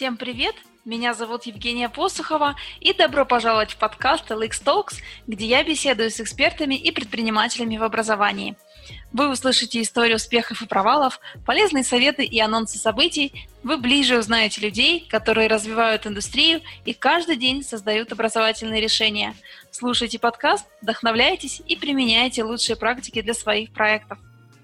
Всем привет! Меня зовут Евгения Посухова, и добро пожаловать в подкаст LX Talks, где я беседую с экспертами и предпринимателями в образовании. Вы услышите истории успехов и провалов, полезные советы и анонсы событий. Вы ближе узнаете людей, которые развивают индустрию и каждый день создают образовательные решения. Слушайте подкаст, вдохновляйтесь и применяйте лучшие практики для своих проектов.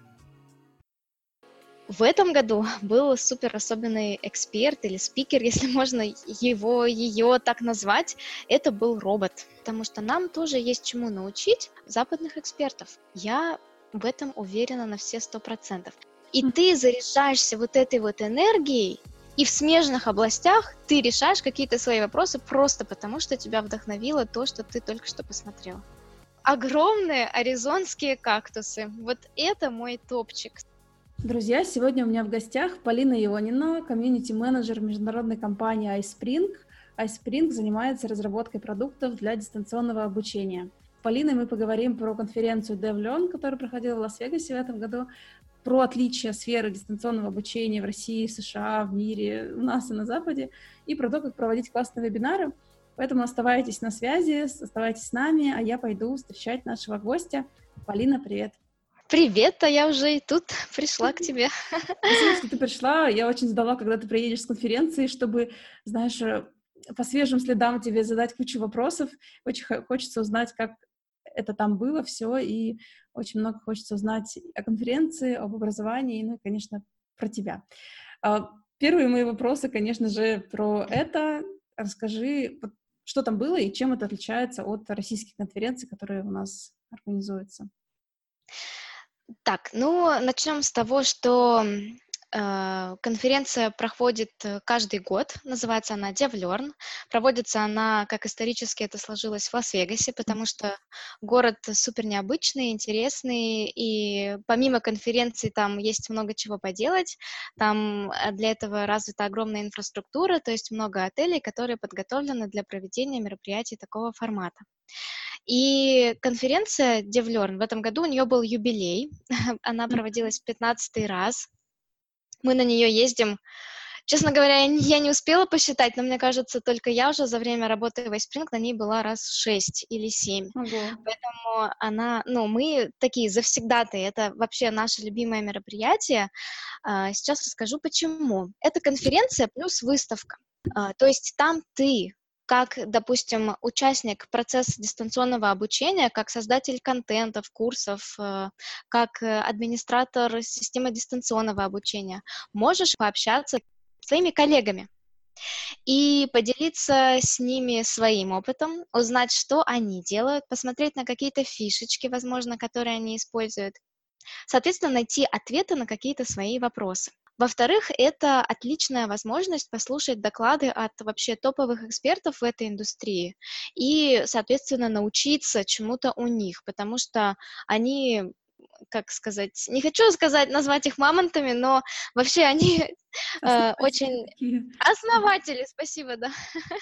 В этом году был супер особенный эксперт или спикер, если можно ее так назвать. Это был робот, потому что нам тоже есть чему научить западных экспертов. Я в этом уверена на все 100%. И ты заряжаешься вот этой вот энергией, и в смежных областях ты решаешь какие-то свои вопросы просто потому, что тебя вдохновило то, что ты только что посмотрел. Огромные аризонские кактусы. Вот это мой топчик. Друзья, сегодня у меня в гостях Полина Ионина, комьюнити-менеджер международной компании iSpring. iSpring занимается разработкой продуктов для дистанционного обучения. С Полиной мы поговорим про конференцию DevLearn, которая проходила в Лас-Вегасе в этом году, про отличия сферы дистанционного обучения в России, в США, в мире, у нас и на Западе, и про то, как проводить классные вебинары. Поэтому оставайтесь на связи, оставайтесь с нами, а я пойду встречать нашего гостя. Полина, привет! Привет, а я уже и тут пришла к тебе. Спасибо, что ты пришла. Я очень ждала, когда ты приедешь с конференции, чтобы, знаешь, по свежим следам тебе задать кучу вопросов. Очень хочется узнать, как это там было все, и очень много хочется узнать о конференции, об образовании, ну и, конечно, про тебя. Первые мои вопросы, конечно же, про это. Расскажи, что там было и чем это отличается от российских конференций, которые у нас организуются. Так, начнем с того, что конференция проходит каждый год, называется она DevLearn. Проводится она, как исторически это сложилось, в Лас-Вегасе, потому что город супер необычный, интересный, и помимо конференции там есть много чего поделать. Там для этого развита огромная инфраструктура, то есть много отелей, которые подготовлены для проведения мероприятий такого формата. И конференция DevLearn в этом году, у нее был юбилей, она проводилась в 15-й раз. Мы на нее ездим. Честно говоря, я не успела посчитать, но мне кажется, только я уже за время работы в iSpring на ней была раз 6 или 7. Ого. Поэтому мы такие завсегдатые, это вообще наше любимое мероприятие. Сейчас расскажу, почему. Это конференция плюс выставка. То есть там ты, как, допустим, участник процесса дистанционного обучения, как создатель контентов, курсов, как администратор системы дистанционного обучения, можешь пообщаться с своими коллегами и поделиться с ними своим опытом, узнать, что они делают, посмотреть на какие-то фишечки, возможно, которые они используют, соответственно, найти ответы на какие-то свои вопросы. Во-вторых, это отличная возможность послушать доклады от вообще топовых экспертов в этой индустрии и, соответственно, научиться чему-то у них, потому что они, как сказать, не хочу назвать их мамонтами, но вообще они очень... Основатели, спасибо, да.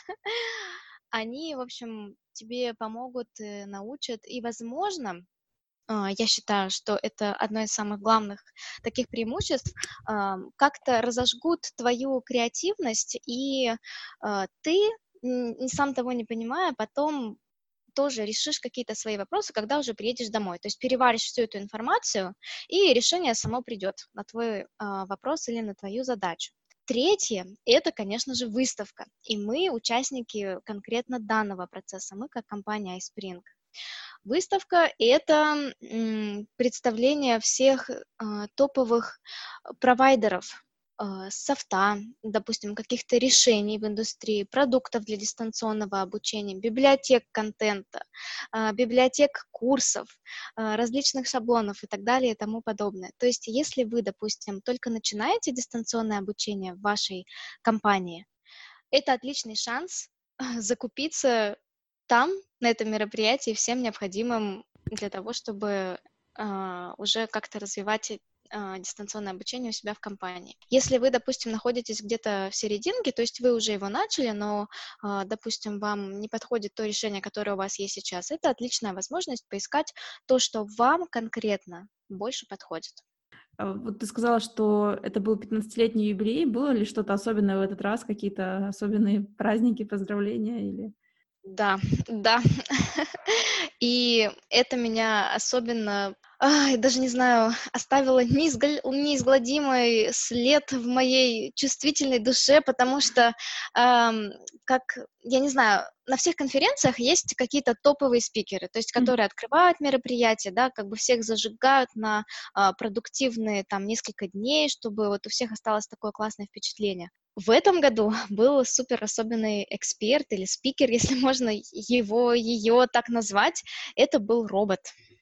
Они, в общем, тебе помогут, научат, и, возможно, я считаю, что это одно из самых главных таких преимуществ, как-то разожгут твою креативность, и ты, сам того не понимая, потом тоже решишь какие-то свои вопросы, когда уже приедешь домой. То есть переваришь всю эту информацию, и решение само придет на твой вопрос или на твою задачу. Третье – это, конечно же, выставка. И мы участники конкретно данного процесса, мы как компания iSpring. Выставка – это представление всех топовых провайдеров софта, допустим, каких-то решений в индустрии, продуктов для дистанционного обучения, библиотек контента, библиотек курсов, различных шаблонов и так далее и тому подобное. То есть если вы, допустим, только начинаете дистанционное обучение в вашей компании, это отличный шанс закупиться там, на этом мероприятии, всем необходимым для того, чтобы уже как-то развивать дистанционное обучение у себя в компании. Если вы, допустим, находитесь где-то в серединке, то есть вы уже его начали, но, допустим, вам не подходит то решение, которое у вас есть сейчас, это отличная возможность поискать то, что вам конкретно больше подходит. Вот ты сказала, что это был 15-летний юбилей. Было ли что-то особенное в этот раз? Какие-то особенные праздники, поздравления или... Да, да. И это меня особенно, даже не знаю, оставило неизгладимый след в моей чувствительной душе, потому что, ам, как, я не знаю, на всех конференциях есть какие-то топовые спикеры, то есть Мгм. которые открывают мероприятие, да, как бы всех зажигают на продуктивные там несколько дней, чтобы вот у всех осталось такое классное впечатление. В этом году был супер особенный эксперт или спикер, если можно ее так назвать. Это был робот.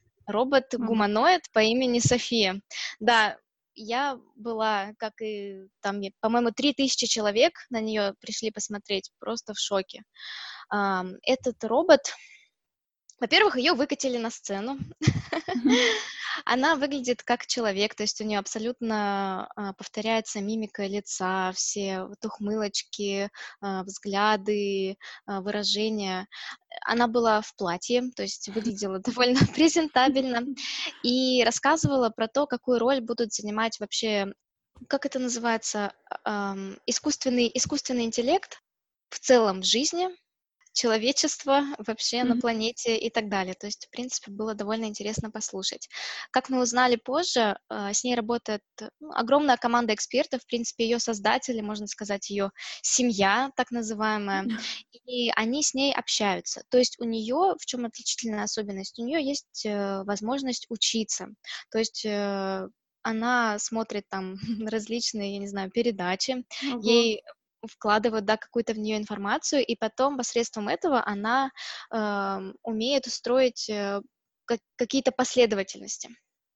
Ого. Робот-гуманоид по имени София. Да, я была, как и там, по-моему, 3000 человек на нее пришли посмотреть, просто в шоке. Этот робот, во-первых, ее выкатили на сцену. Мгм. Она выглядит как человек, то есть у нее абсолютно повторяется мимика лица, все вот ухмылочки, взгляды, выражения. Она была в платье, то есть выглядела довольно презентабельно и рассказывала про то, какую роль будут занимать вообще, как это называется, искусственный интеллект в целом в жизни человечества вообще на Мгм. планете и так далее. То есть, в принципе, было довольно интересно послушать. Как мы узнали позже, с ней работает огромная команда экспертов, в принципе, ее создатели, можно сказать, ее семья, так называемая, и они с ней общаются. То есть у нее, в чем отличительная особенность, у нее есть возможность учиться. То есть она смотрит там различные, я не знаю, передачи, Ого. ей вкладывают, да, какую-то в нее информацию, и потом посредством этого она умеет устроить какие-то последовательности.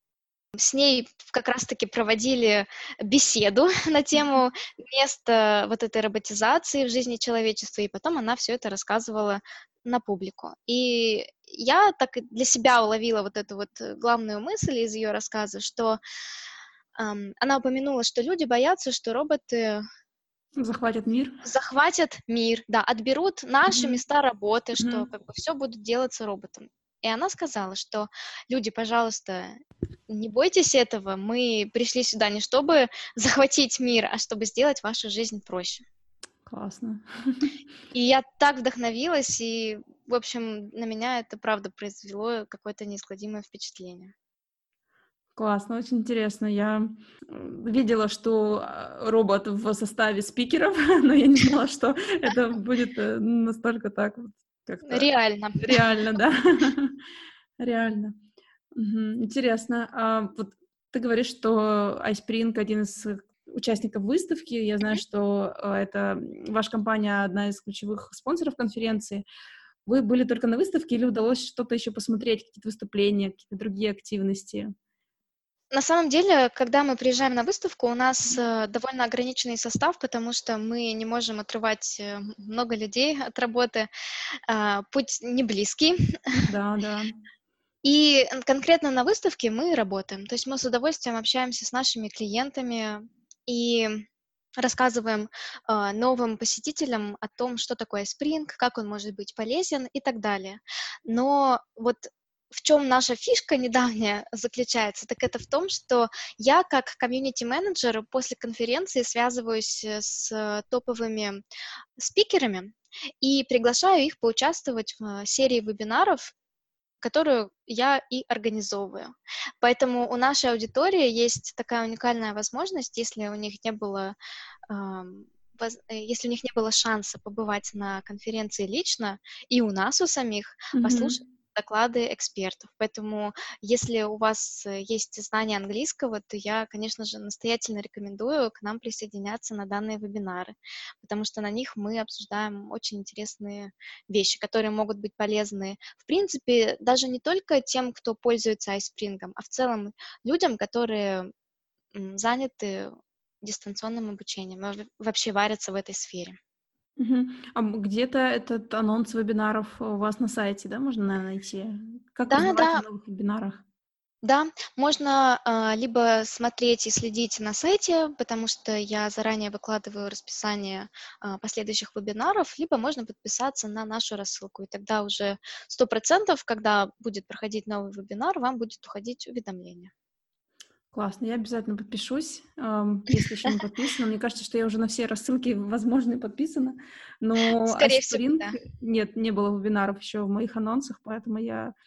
С ней как раз-таки проводили беседу на тему места вот этой роботизации в жизни человечества, и потом она все это рассказывала на публику. И я так и для себя уловила вот эту вот главную мысль из ее рассказа, что она упомянула, что люди боятся, что роботы Захватят мир. захватят мир, да, отберут наши Мгм. места работы, что Мгм. как бы все будет делаться роботом. И она сказала, что люди, пожалуйста, не бойтесь этого, мы пришли сюда не чтобы захватить мир, а чтобы сделать вашу жизнь проще. Классно. И я так вдохновилась, и, в общем, на меня это, правда, произвело какое-то неизгладимое впечатление. Классно, очень интересно. Я видела, что робот в составе спикеров, но я не знала, что это будет настолько так вот как-то Реально. реально, да. Реально. Мгм. Интересно. Вот ты говоришь, что iSpring один из участников выставки. Я знаю, что это ваша компания одна из ключевых спонсоров конференции. Вы были только на выставке или удалось что-то еще посмотреть, какие-то выступления, какие-то другие активности? На самом деле, когда мы приезжаем на выставку, у нас довольно ограниченный состав, потому что мы не можем отрывать много людей от работы. Путь не близкий. Да, да. И конкретно на выставке мы работаем. То есть мы с удовольствием общаемся с нашими клиентами и рассказываем новым посетителям о том, что такое Spring, как он может быть полезен и так далее. Но вот в чем наша фишка недавняя заключается, так это в том, что я как комьюнити-менеджер после конференции связываюсь с топовыми спикерами и приглашаю их поучаствовать в серии вебинаров, которую я и организовываю. Поэтому у нашей аудитории есть такая уникальная возможность, если у них не было, если у них не было шанса побывать на конференции лично, и у нас у самих Мгм. послушать доклады экспертов. Поэтому, если у вас есть знание английского, то я, конечно же, настоятельно рекомендую к нам присоединяться на данные вебинары, потому что на них мы обсуждаем очень интересные вещи, которые могут быть полезны, в принципе, даже не только тем, кто пользуется iSpring, а в целом людям, которые заняты дистанционным обучением, вообще варятся в этой сфере. Мгм. Где-то этот анонс вебинаров у вас на сайте, да, можно, наверно, найти? Как Да, узнавать о да, новых вебинарах? да, можно либо смотреть и следить на сайте, потому что я заранее выкладываю расписание последующих вебинаров, либо можно подписаться на нашу рассылку, и тогда уже 100%, когда будет проходить новый вебинар, вам будет уходить уведомление. Классно, я обязательно подпишусь, если еще не подписана. Мне кажется, что я уже на все рассылки возможные подписана, но Скорее всего, Iceprint да. нет, не было вебинаров еще в моих анонсах, поэтому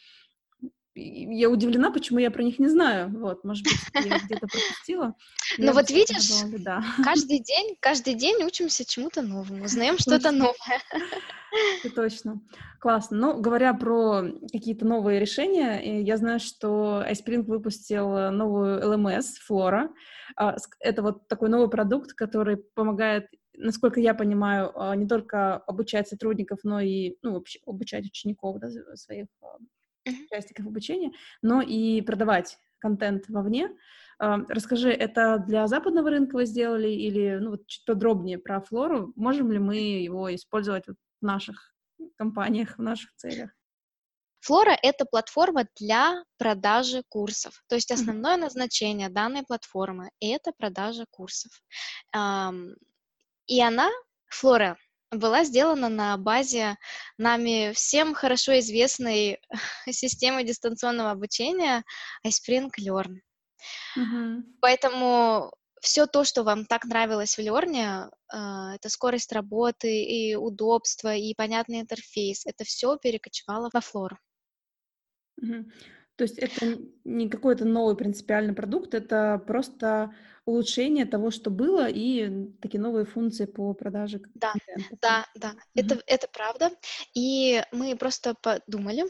я удивлена, почему я про них не знаю. Вот, может быть, я их где-то пропустила, но я Ну вот обязательно видишь, добавлю, да. каждый день учимся чему-то новому, узнаем что-то Точно. новое. Это точно. Классно. Ну, говоря про какие-то новые решения, я знаю, что iSpring выпустил новую LMS Flora. Это вот такой новый продукт, который помогает, насколько я понимаю, не только обучать сотрудников, но и, ну, вообще обучать учеников, да, своих Мгм. участников обучения, но и продавать контент вовне. Расскажи, это для западного рынка вы сделали или, ну, вот чуть подробнее про Флору? Можем ли мы его использовать вот в наших компаниях, в наших целях? Флора — это платформа для продажи курсов. То есть Мгм. основное назначение данной платформы — это продажа курсов. Ам, И она, Флора, была сделана на базе нами всем хорошо известной системы дистанционного обучения iSpring Learn. Мгм. Поэтому все то, что вам так нравилось в Learn, это скорость работы и удобство, и понятный интерфейс, это все перекочевало во Флору. Мгм. То есть это не какой-то новый принципиальный продукт, это просто улучшение того, что было, и такие новые функции по продаже Да, контента. да, Мгм. это правда. И мы просто подумали,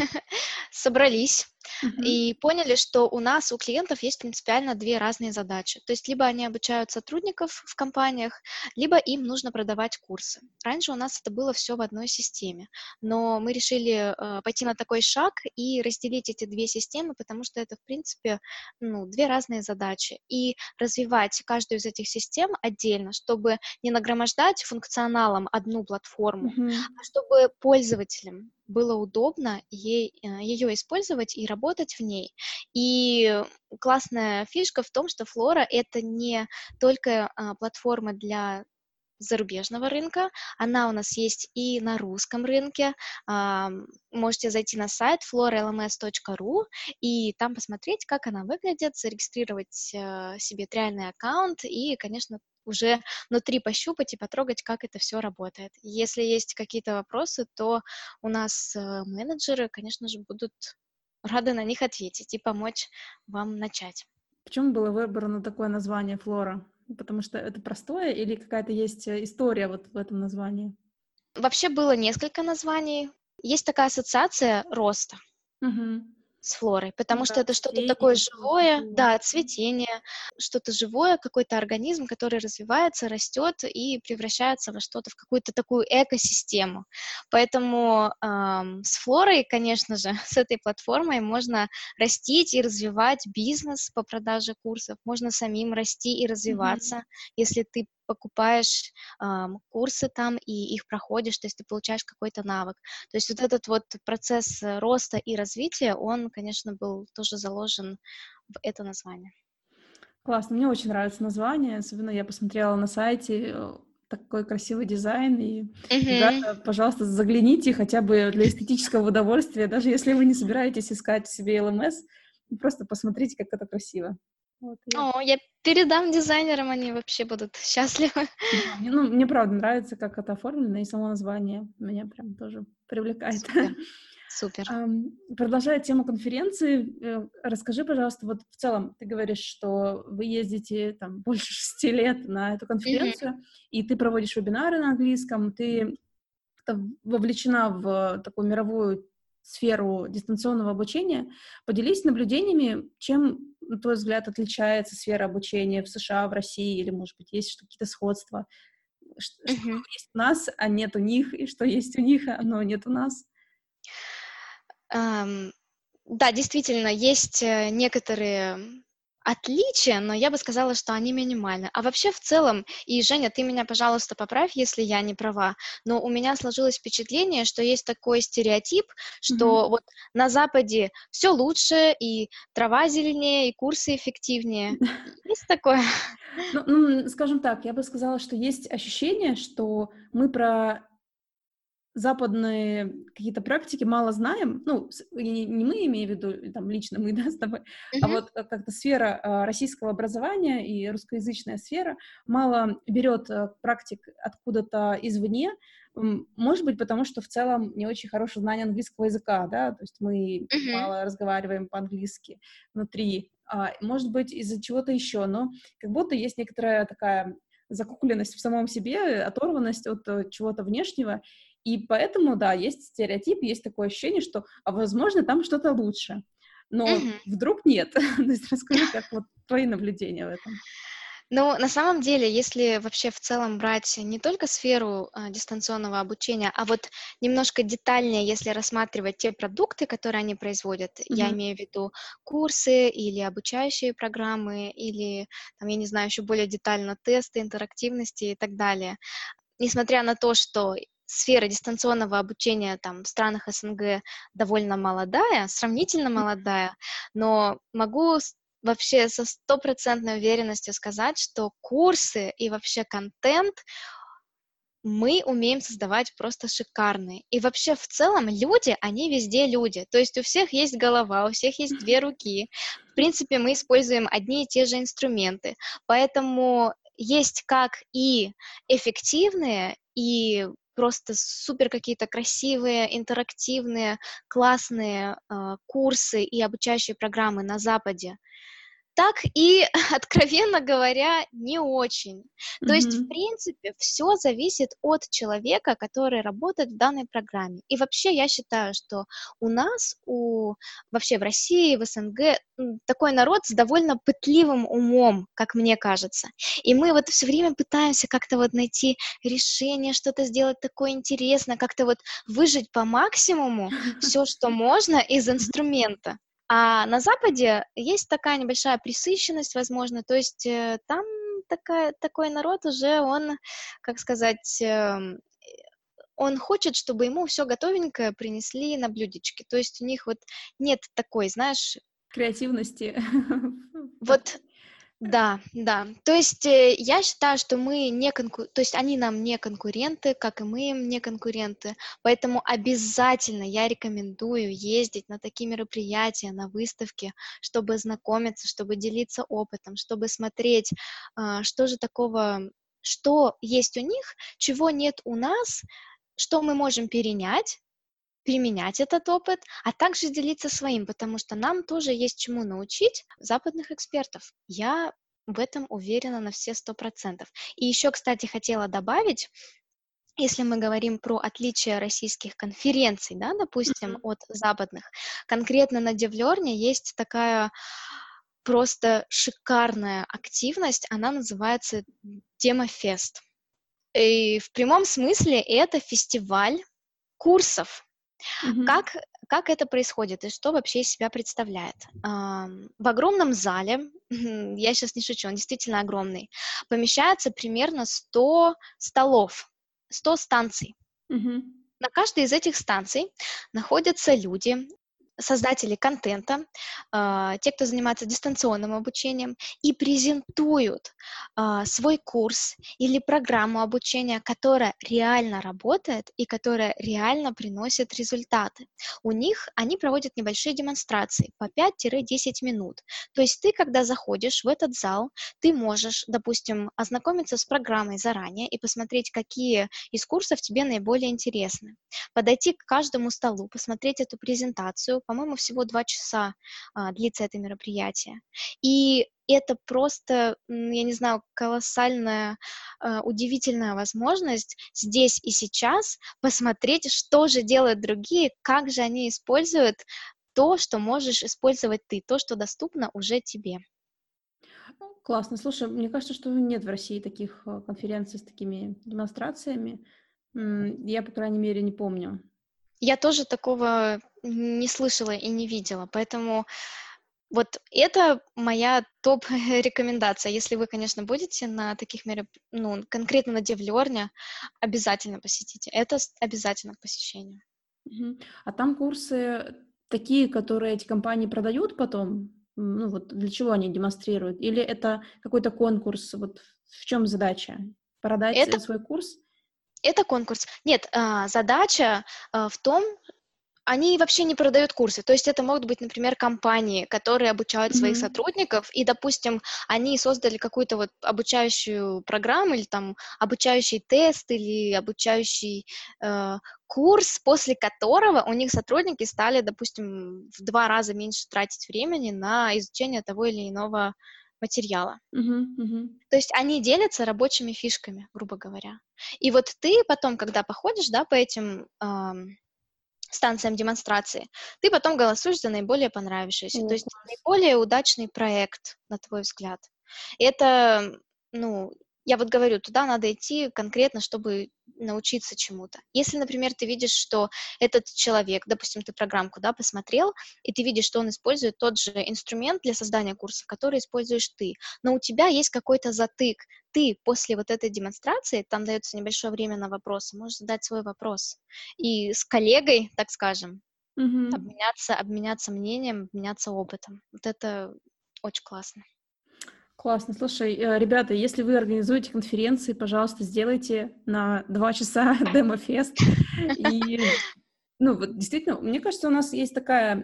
собрались Мгм. и поняли, что у нас, у клиентов есть принципиально 2 разные задачи. То есть либо они обучают сотрудников в компаниях, либо им нужно продавать курсы. Раньше у нас это было все в одной системе, но мы решили, пойти на такой шаг и разделить эти 2 системы, потому что это, в принципе, ну, 2 разные задачи. И развивать каждую из этих систем отдельно, чтобы не нагромождать функционалом одну платформу, Мгм. а чтобы пользователям было удобно ее использовать и работать в ней. И классная фишка в том, что Флора — это не только платформа для зарубежного рынка, она у нас есть и на русском рынке. Можете зайти на сайт floralms.ru и там посмотреть, как она выглядит, зарегистрировать себе реальный аккаунт и, конечно, уже внутри пощупать и потрогать, как это все работает. Если есть какие-то вопросы, то у нас менеджеры, конечно же, будут рады на них ответить и помочь вам начать. Почему было выбрано такое название «Флора»? Потому что это простое или какая-то есть история вот в этом названии? Вообще было несколько названий. Есть такая ассоциация роста Мгм. с флорой, Ну потому что да, это что-то такое цветение, вот живое, такое. да, цветение, что-то живое, какой-то организм, который развивается, растет и превращается во что-то, в какую-то такую экосистему. Поэтому с флорой, конечно же, с этой платформой можно растить и развивать бизнес по продаже курсов, можно самим расти и Мгм. развиваться, если ты покупаешь курсы там и их проходишь, то есть ты получаешь какой-то навык. То есть вот этот вот процесс роста и развития, он, конечно, был тоже заложен в это название. Классно, мне очень нравится название, особенно я посмотрела на сайте, такой красивый дизайн, и, Мгм. ребята, пожалуйста, загляните хотя бы для эстетического удовольствия, даже если вы не собираетесь искать себе LMS, просто посмотрите, как это красиво. Вот, Я передам дизайнерам, они вообще будут счастливы. да, мне правда нравится, как это оформлено, и само название меня прям тоже привлекает. Супер, супер. Продолжая тему конференции, расскажи, пожалуйста, вот в целом ты говоришь, что вы ездите там больше 6 лет на эту Мгм. конференцию, и ты проводишь вебинары на английском, ты как-то вовлечена в такую мировую сферу дистанционного обучения. Поделись наблюдениями, чем, на твой взгляд, отличается сфера обучения в США, в России, или, может быть, есть какие-то сходства? Что Мгм. есть у нас, а нет у них, и что есть у них, но нет у нас? Ам, да, действительно, есть, некоторые отличия, но я бы сказала, что они минимальны. А вообще, в целом, и, Женя, ты меня, пожалуйста, поправь, если я не права, но у меня сложилось впечатление, что есть такой стереотип, Мгм. что вот на Западе все лучше, и трава зеленее, и курсы эффективнее. Есть такое? Ну, скажем так, я бы сказала, что есть ощущение, что мы про западные какие-то практики мало знаем, не мы имеем в виду, там, лично мы, да, с тобой, а Мгм. вот как-то сфера российского образования и русскоязычная сфера мало берет практик откуда-то извне, может быть, потому что в целом не очень хорошее знание английского языка, да, то есть мы Мгм. мало разговариваем по-английски внутри, может быть, из-за чего-то еще, но как будто есть некоторая такая закукленность в самом себе, оторванность от чего-то внешнего, и поэтому, да, есть стереотип, есть такое ощущение, что, возможно, там что-то лучше. Но Мгм. вдруг нет. То есть расскажи, как вот твои наблюдения в этом. Ну, на самом деле, если вообще в целом брать не только сферу дистанционного обучения, а вот немножко детальнее, если рассматривать те продукты, которые они производят, я Мгм. имею в виду курсы или обучающие программы, или, там, я не знаю, еще более детально тесты, интерактивности и так далее. Несмотря на то, что сфера дистанционного обучения там в странах СНГ довольно молодая, сравнительно молодая, но могу вообще со стопроцентной уверенностью сказать, что курсы и вообще контент мы умеем создавать просто шикарные. И вообще в целом люди, они везде люди. То есть у всех есть голова, у всех есть две руки. В принципе, мы используем одни и те же инструменты. Поэтому есть как и эффективные, и просто супер какие-то красивые, интерактивные, классные курсы и обучающие программы на Западе, так и, откровенно говоря, не очень. То есть, в Мгм. принципе, все зависит от человека, который работает в данной программе. И вообще я считаю, что у нас, вообще в России, в СНГ, такой народ с довольно пытливым умом, как мне кажется. И мы вот все время пытаемся как-то вот найти решение, что-то сделать такое интересное, как-то вот выжать по максимуму все, что можно из инструмента. А на Западе есть такая небольшая пресыщенность, возможно, то есть там такой народ уже, он, как сказать, он хочет, чтобы ему все готовенькое принесли на блюдечке. То есть у них вот нет такой, знаешь, Креативности. вот да, да. То есть, я считаю, что мы не то есть они нам не конкуренты, как и мы им не конкуренты. Поэтому обязательно я рекомендую ездить на такие мероприятия, на выставки, чтобы знакомиться, чтобы делиться опытом, чтобы смотреть, что же такого, что есть у них, чего нет у нас, что мы можем перенять, применять этот опыт, а также делиться своим, потому что нам тоже есть чему научить западных экспертов. Я в этом уверена на все 100%. И еще, кстати, хотела добавить, если мы говорим про отличие российских конференций, да, допустим, Мгм. от западных, конкретно на DevLearn есть такая просто шикарная активность, она называется Темафест. И в прямом смысле это фестиваль курсов. Мгм. Как, как это происходит и что вообще из себя представляет? В огромном зале, я сейчас не шучу, он действительно огромный, помещается примерно 100 столов, 100 станций. Мгм. На каждой из этих станций находятся люди, создатели контента, те, кто занимается дистанционным обучением, и презентуют свой курс или программу обучения, которая реально работает и которая реально приносит результаты. У них они проводят небольшие демонстрации по 5-10 минут. То есть ты, когда заходишь в этот зал, ты можешь, допустим, ознакомиться с программой заранее и посмотреть, какие из курсов тебе наиболее интересны. Подойти к каждому столу, посмотреть эту презентацию. По-моему, всего 2 часа длится это мероприятие. И это просто, я не знаю, колоссальная, удивительная возможность здесь и сейчас посмотреть, что же делают другие, как же они используют то, что можешь использовать ты, то, что доступно уже тебе. Классно. Слушай, мне кажется, что нет в России таких конференций с такими демонстрациями. Я, по крайней мере, не помню. Я тоже такого не слышала и не видела, поэтому вот это моя топ-рекомендация. Если вы, конечно, будете на таких ну, конкретно на DevLearn, обязательно посетите. Это обязательно к посещению. Мгм. А там курсы такие, которые эти компании продают потом? Ну вот для чего они демонстрируют? Или это какой-то конкурс? Вот в чем задача? Продать Это свой курс? Это конкурс. Нет, задача в том, они вообще не продают курсы. То есть это могут быть, например, компании, которые обучают своих Мгм. сотрудников, и, допустим, они создали какую-то вот обучающую программу или там обучающий тест или обучающий э, курс, после которого у них сотрудники стали, допустим, в 2 раза меньше тратить времени на изучение того или иного материала. Мгм. Мгм. То есть они делятся рабочими фишками, грубо говоря. И вот ты потом, когда походишь, да, по этим станциям демонстрации, ты потом голосуешь за наиболее понравившийся, то О, есть наиболее удачный проект, на твой взгляд. И это, ну, я вот говорю, туда надо идти конкретно, чтобы научиться чему-то. Если, например, ты видишь, что этот человек, допустим, ты программку, да, посмотрел, и ты видишь, что он использует тот же инструмент для создания курса, который используешь ты, но у тебя есть какой-то затык, ты после вот этой демонстрации, там дается небольшое время на вопросы, можешь задать свой вопрос. И с коллегой, так скажем, Мгм. обменяться мнением, обменяться опытом. Вот это очень классно. Классно. Слушай, ребята, если вы организуете конференции, пожалуйста, сделайте на 2 часа демо-фест. И, ну, вот действительно, мне кажется, у нас есть такая,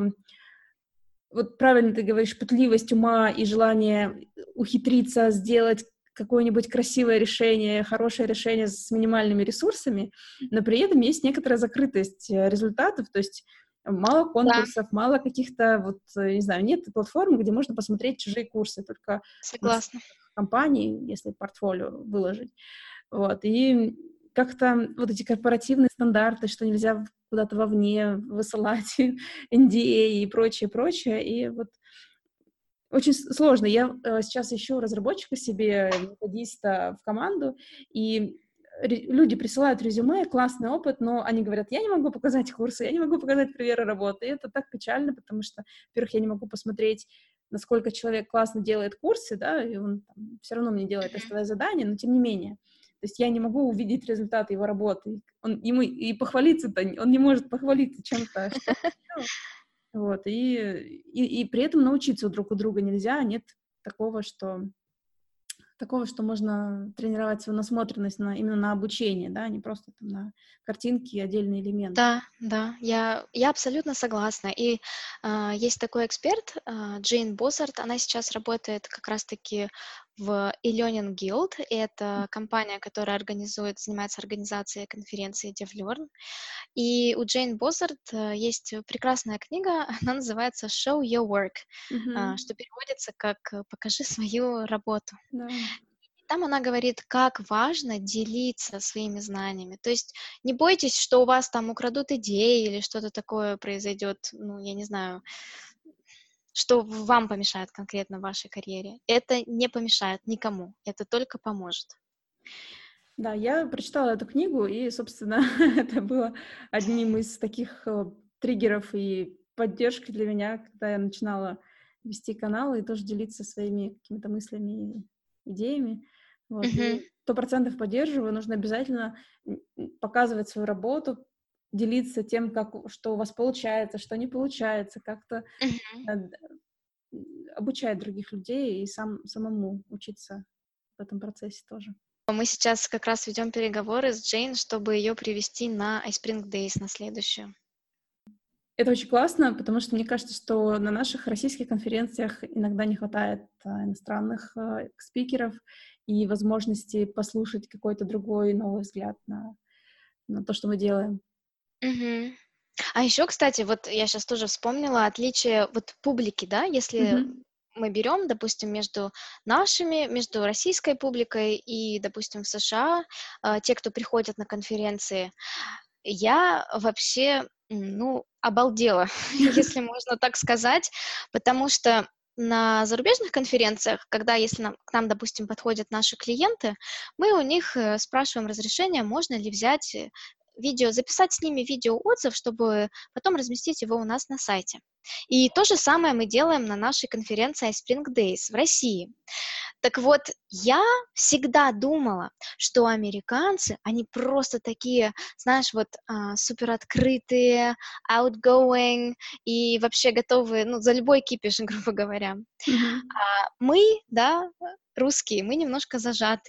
вот правильно ты говоришь, пытливость ума и желание ухитриться сделать какое-нибудь красивое решение, хорошее решение с минимальными ресурсами, но при этом есть некоторая закрытость результатов, то есть мало Да, конкурсов, мало каких-то, вот, не знаю, нет платформы, где можно посмотреть чужие курсы, только на согласна. сайтах компаний, если портфолио выложить. Вот, и как-то вот эти корпоративные стандарты, что нельзя куда-то вовне высылать NDA и прочее, прочее, и вот очень сложно. Я сейчас ищу разработчика себе, методиста в команду, и люди присылают резюме, классный опыт, но они говорят, я не могу показать курсы, я не могу показать примеры работы. И это так печально, потому что, во-первых, я не могу посмотреть, насколько человек классно делает курсы, да, и он все равно мне делает Мгм. тестовое задание, но тем не менее. То есть я не могу увидеть результаты его работы. Ему и похвалиться-то, он не может похвалиться чем-то, что он сделал. Вот, и при этом научиться друг у друга нельзя, нет такого, что можно тренировать свою насмотренность именно на обучение, да, а не просто там на картинки и отдельные элементы. Да, да, я абсолютно согласна. И есть такой эксперт, Джейн Бозарт, она сейчас работает как раз-таки в e-learning Guild. И это компания, которая занимается организацией конференции DevLearn. И у Джейн Бозарт есть прекрасная книга, она называется «Show Your Work», Мгм. что переводится как «Покажи свою работу». Да. Там она говорит, как важно делиться своими знаниями. То есть не бойтесь, что у вас там украдут идеи или что-то такое произойдет, ну, я не знаю, что вам помешает конкретно в вашей карьере. Это не помешает никому, это только поможет. Да, я прочитала эту книгу, и, собственно, это было одним из таких триггеров и поддержки для меня, когда я начинала вести канал и тоже делиться своими какими-то мыслями и идеями. Вот. И Мгм. 100% поддерживаю. Нужно обязательно показывать свою работу, делиться тем, что у вас получается, что не получается, как-то Мгм. э, обучать других людей и самому учиться в этом процессе тоже. Мы сейчас как раз ведем переговоры с Джейн, чтобы ее привести на iSpring Days на следующую. Это очень классно, потому что мне кажется, что на наших российских конференциях иногда не хватает иностранных спикеров и возможности послушать какой-то другой новый взгляд на то, что мы делаем. Мгм. А еще, кстати, вот я сейчас тоже вспомнила отличие вот публики, да, если Мгм. мы берем, допустим, между российской публикой и, допустим, в США, те, кто приходят на конференции, я вообще, ну, обалдела, если можно так сказать, потому что на зарубежных конференциях, если к нам, допустим, подходят наши клиенты, мы у них спрашиваем разрешение, можно ли взять записать с ними видеоотзыв, чтобы потом разместить его у нас на сайте. И то же самое мы делаем на нашей конференции iSpring Days в России. Так вот, я всегда думала, что американцы, они просто такие, знаешь, вот супер открытые, outgoing и вообще готовы, ну, за любой кипиш, грубо говоря. Мгм. Мы, да, русские, мы немножко зажатые.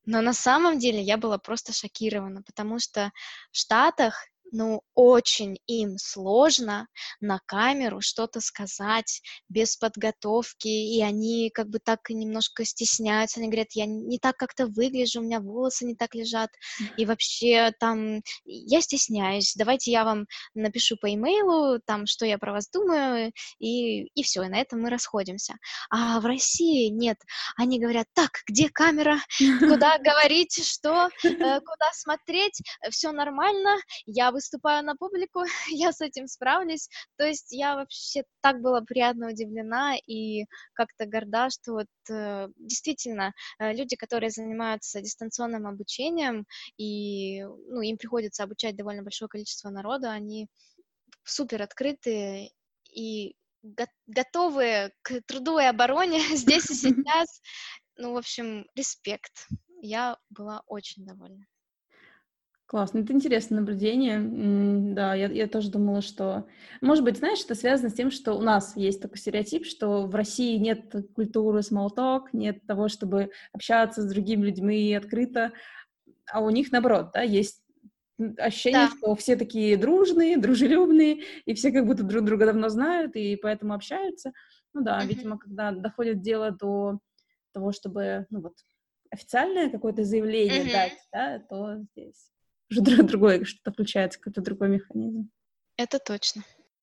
Но на самом деле я была просто шокирована, потому что в Штатах, ну, очень им сложно на камеру что-то сказать без подготовки, и они как бы так немножко стесняются, они говорят, я не так как-то выгляжу, у меня волосы не так лежат, и вообще там я стесняюсь, давайте я вам напишу по имейлу, там, что я про вас думаю, и все, и на этом мы расходимся. А в России нет, они говорят, так, где камера, куда говорить, что, куда смотреть, все нормально, я выступаю на публику, я с этим справлюсь. То есть я вообще так была приятно удивлена и как-то горда, что вот действительно люди, которые занимаются дистанционным обучением, и ну, им приходится обучать довольно большое количество народа, они супер открытые и готовые к труду и обороне здесь и сейчас. Ну, в общем, респект. Я была очень довольна. Классно, это интересное наблюдение. Да, я тоже думала, что... Может быть, знаешь, это связано с тем, что у нас есть такой стереотип, что в России нет культуры small talk, нет того, чтобы общаться с другими людьми открыто, а у них, наоборот, да, есть ощущение, Да. что все такие дружные, дружелюбные, и все как будто друг друга давно знают, и поэтому общаются. Ну да, Мгм. видимо, когда доходит дело до того, чтобы, ну вот, официальное какое-то заявление Мгм. дать, да, то здесь уже другое, что-то включается, какой-то другой механизм. Это точно.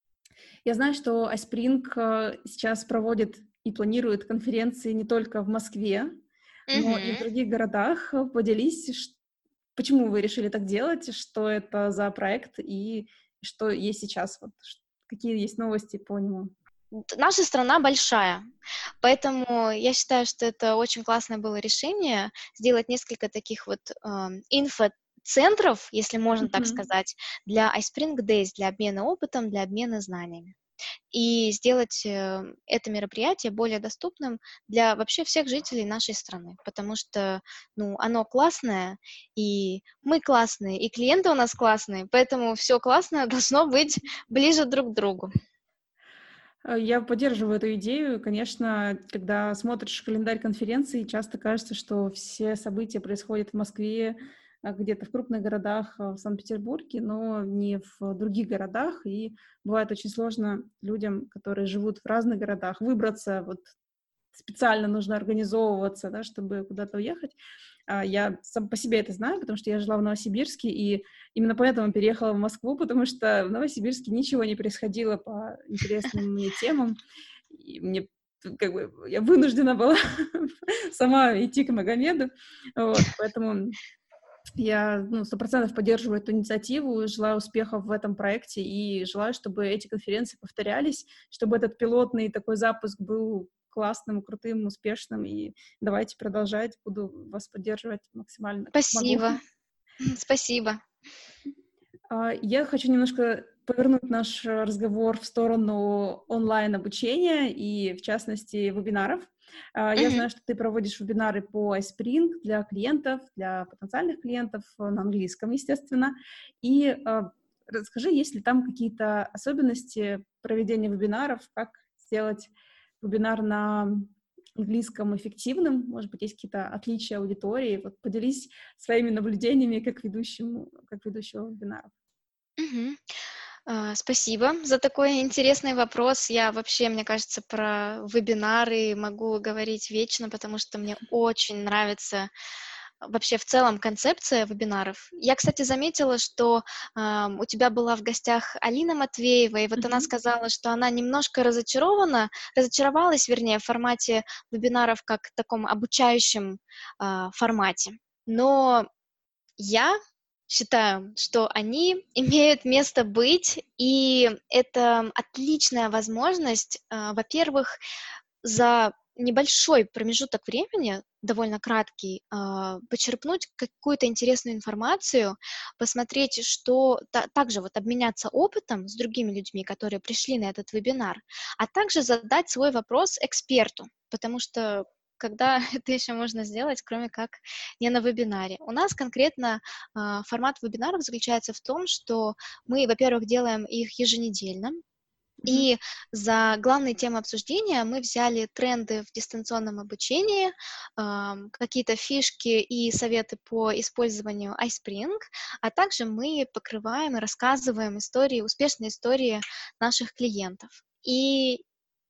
Я знаю, что iSpring сейчас проводит и планирует конференции не только в Москве, но и в Мгм. других городах. Поделись, почему вы решили так делать, что это за проект и что есть сейчас, вот, какие есть новости по нему. Наша страна большая, поэтому я считаю, что это очень классное было решение сделать несколько таких вот инфоцентров, если можно так Мгм. сказать, для iSpring Days, для обмена опытом, для обмена знаниями. И сделать это мероприятие более доступным для вообще всех жителей нашей страны, потому что, ну, оно классное, и мы классные, и клиенты у нас классные, поэтому все классное должно быть ближе друг к другу. Я поддерживаю эту идею. Конечно, когда смотришь календарь конференций, часто кажется, что все события происходят в Москве, где-то в крупных городах, в Санкт-Петербурге, но не в других городах. И бывает очень сложно людям, которые живут в разных городах, выбраться. Вот специально нужно организовываться, да, чтобы куда-то уехать. Я сам по себе это знаю, потому что я жила в Новосибирске, и именно поэтому переехала в Москву, потому что в Новосибирске ничего не происходило по интересным мне темам, и мне как бы я вынуждена была сама идти к Магомеду, вот, поэтому я, 100% поддерживаю эту инициативу, желаю успехов в этом проекте и желаю, чтобы эти конференции повторялись, чтобы этот пилотный такой запуск был классным, крутым, успешным, и давайте продолжать, буду вас поддерживать максимально, как смогу. Спасибо. Спасибо. Я хочу немножко повернуть наш разговор в сторону онлайн-обучения и, в частности, вебинаров. Я Мгм. знаю, что ты проводишь вебинары по iSpring для клиентов, для потенциальных клиентов на английском, естественно. И расскажи, есть ли там какие-то особенности проведения вебинаров, как сделать вебинар на английском эффективным, может быть, есть какие-то отличия аудитории. Вот поделись своими наблюдениями как ведущего вебинара. Мгм. Спасибо за такой интересный вопрос. Я вообще, мне кажется, про вебинары могу говорить вечно, потому что мне очень нравится вообще в целом концепция вебинаров. Я, кстати, заметила, что у тебя была в гостях Алина Матвеева, и вот она Мгм. сказала, что она немножко разочаровалась, вернее, в формате вебинаров как в таком обучающем формате. Но я считаю, что они имеют место быть, и это отличная возможность, во-первых, за небольшой промежуток времени, довольно краткий, почерпнуть какую-то интересную информацию, посмотреть, что также вот обменяться опытом с другими людьми, которые пришли на этот вебинар, а также задать свой вопрос эксперту, потому что когда это еще можно сделать, кроме как не на вебинаре. У нас конкретно формат вебинаров заключается в том, что мы, во-первых, делаем их еженедельно, И за главные темы обсуждения мы взяли тренды в дистанционном обучении, какие-то фишки и советы по использованию iSpring, а также мы покрываем и рассказываем истории, успешные истории наших клиентов. И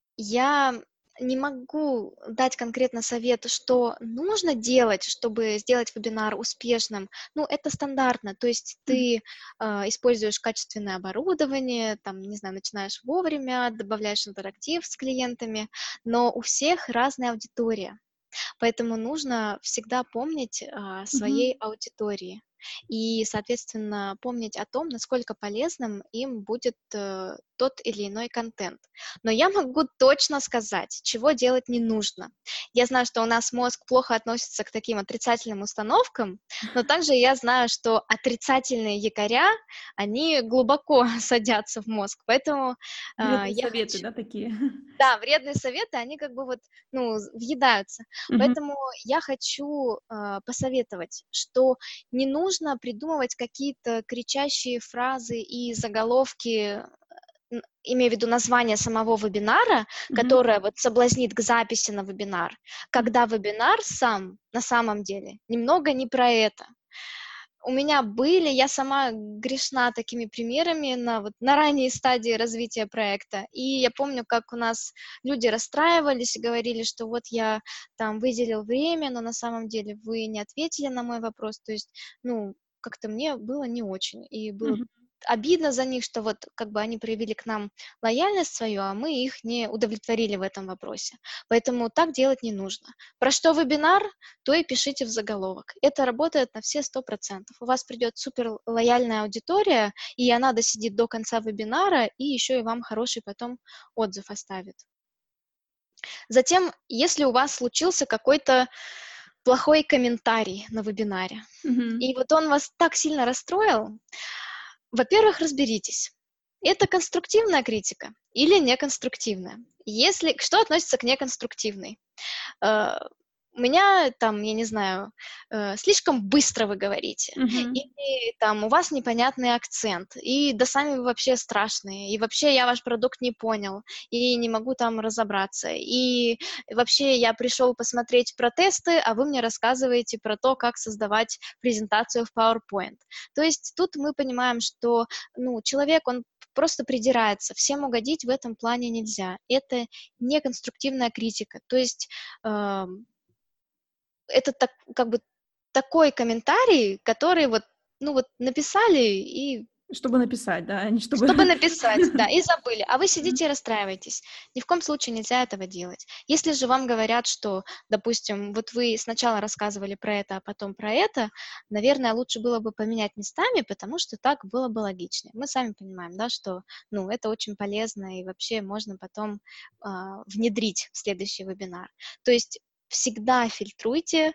я не могу дать конкретно совет, что нужно делать, чтобы сделать вебинар успешным. Ну, это стандартно, то есть ты используешь качественное оборудование, там, не знаю, начинаешь вовремя, добавляешь интерактив с клиентами, но у всех разная аудитория. Поэтому нужно всегда помнить о своей аудитории и, соответственно, помнить о том, насколько полезным им будет тот или иной контент. Но я могу точно сказать, чего делать не нужно. Я знаю, что у нас мозг плохо относится к таким отрицательным установкам, но также я знаю, что отрицательные якоря, они глубоко садятся в мозг. Поэтому Вредные я советы, хочу... да, такие? Да, вредные советы, они как бы вот, ну, въедаются. Мгм. Поэтому я хочу посоветовать, что не нужно придумывать какие-то кричащие фразы и заголовки, имею в виду название самого вебинара, Мгм. которое вот соблазнит к записи на вебинар, когда вебинар сам на самом деле немного не про это. У меня были, я сама грешна такими примерами на ранней стадии развития проекта. И я помню, как у нас люди расстраивались и говорили, что вот я там выделил время, но на самом деле вы не ответили на мой вопрос. То есть, ну, как-то мне было не очень. И было Мгм. обидно за них, что вот как бы они проявили к нам лояльность свою, а мы их не удовлетворили в этом вопросе. Поэтому так делать не нужно. Про что вебинар, то и пишите в заголовок. Это работает на все 100%. У вас придет супер лояльная аудитория, и она досидит до конца вебинара, и еще и вам хороший потом отзыв оставит. Затем, если у вас случился какой-то плохой комментарий на вебинаре, Мгм. и вот он вас так сильно расстроил, во-первых, разберитесь, это конструктивная критика или неконструктивная. Что относится к неконструктивной? Э, У меня там, я не знаю, слишком быстро вы говорите, Мгм. или там у вас непонятный акцент, и да сами вы вообще страшные, и вообще я ваш продукт не понял, и не могу там разобраться, и вообще я пришел посмотреть про тесты, а вы мне рассказываете про то, как создавать презентацию в PowerPoint. То есть тут мы понимаем, что, ну, человек, он просто придирается, всем угодить в этом плане нельзя. Это неконструктивная критика. То есть это так, как бы такой комментарий, который вот, ну вот написали и Чтобы написать, да, а не чтобы... чтобы написать, да, и забыли, а вы Мгм. сидите и расстраиваетесь. Ни в коем случае нельзя этого делать. Если же вам говорят, что, допустим, вот вы сначала рассказывали про это, а потом про это, наверное, лучше было бы поменять местами, потому что так было бы логичнее. Мы сами понимаем, да, что, ну, это очень полезно и вообще можно потом внедрить в следующий вебинар. То есть всегда фильтруйте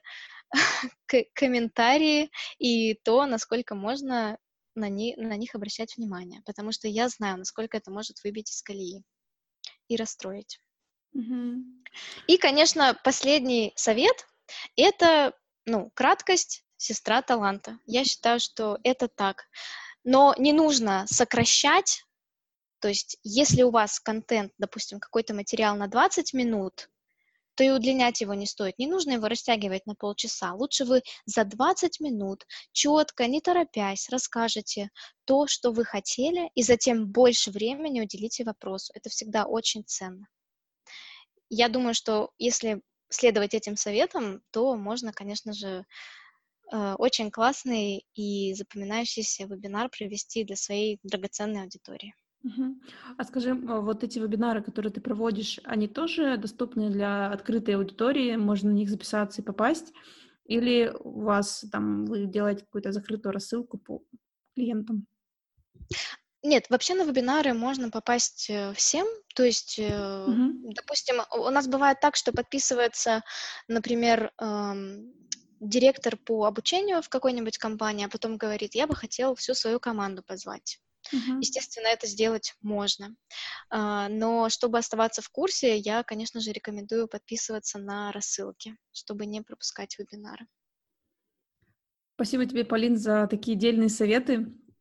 комментарии и то, насколько можно на них обращать внимание, потому что я знаю, насколько это может выбить из колеи и расстроить. Мгм. И, конечно, последний совет– это, ну, краткость– сестра таланта. Я считаю, что это так. Но не нужно сокращать, то есть если у вас контент, допустим, какой-то материал на 20 минут, то и удлинять его не стоит. Не нужно его растягивать на полчаса. Лучше вы за 20 минут четко, не торопясь, расскажете то, что вы хотели, и затем больше времени уделите вопросу. Это всегда очень ценно. Я думаю, что если следовать этим советам, то можно, конечно же, очень классный и запоминающийся вебинар провести для своей драгоценной аудитории. Мгм. А скажи, вот эти вебинары, которые ты проводишь, они тоже доступны для открытой аудитории? Можно на них записаться и попасть? Или у вас там вы делаете какую-то закрытую рассылку по клиентам? Нет, вообще на вебинары можно попасть всем. То есть, Мгм. допустим, у нас бывает так, что подписывается, например, директор по обучению в какой-нибудь компании, а потом говорит, я бы хотел всю свою команду позвать. Мгм. Естественно, это сделать можно. Но чтобы оставаться в курсе, я, конечно же, рекомендую подписываться на рассылки, чтобы не пропускать вебинары. Спасибо тебе, Полин, за такие дельные советы.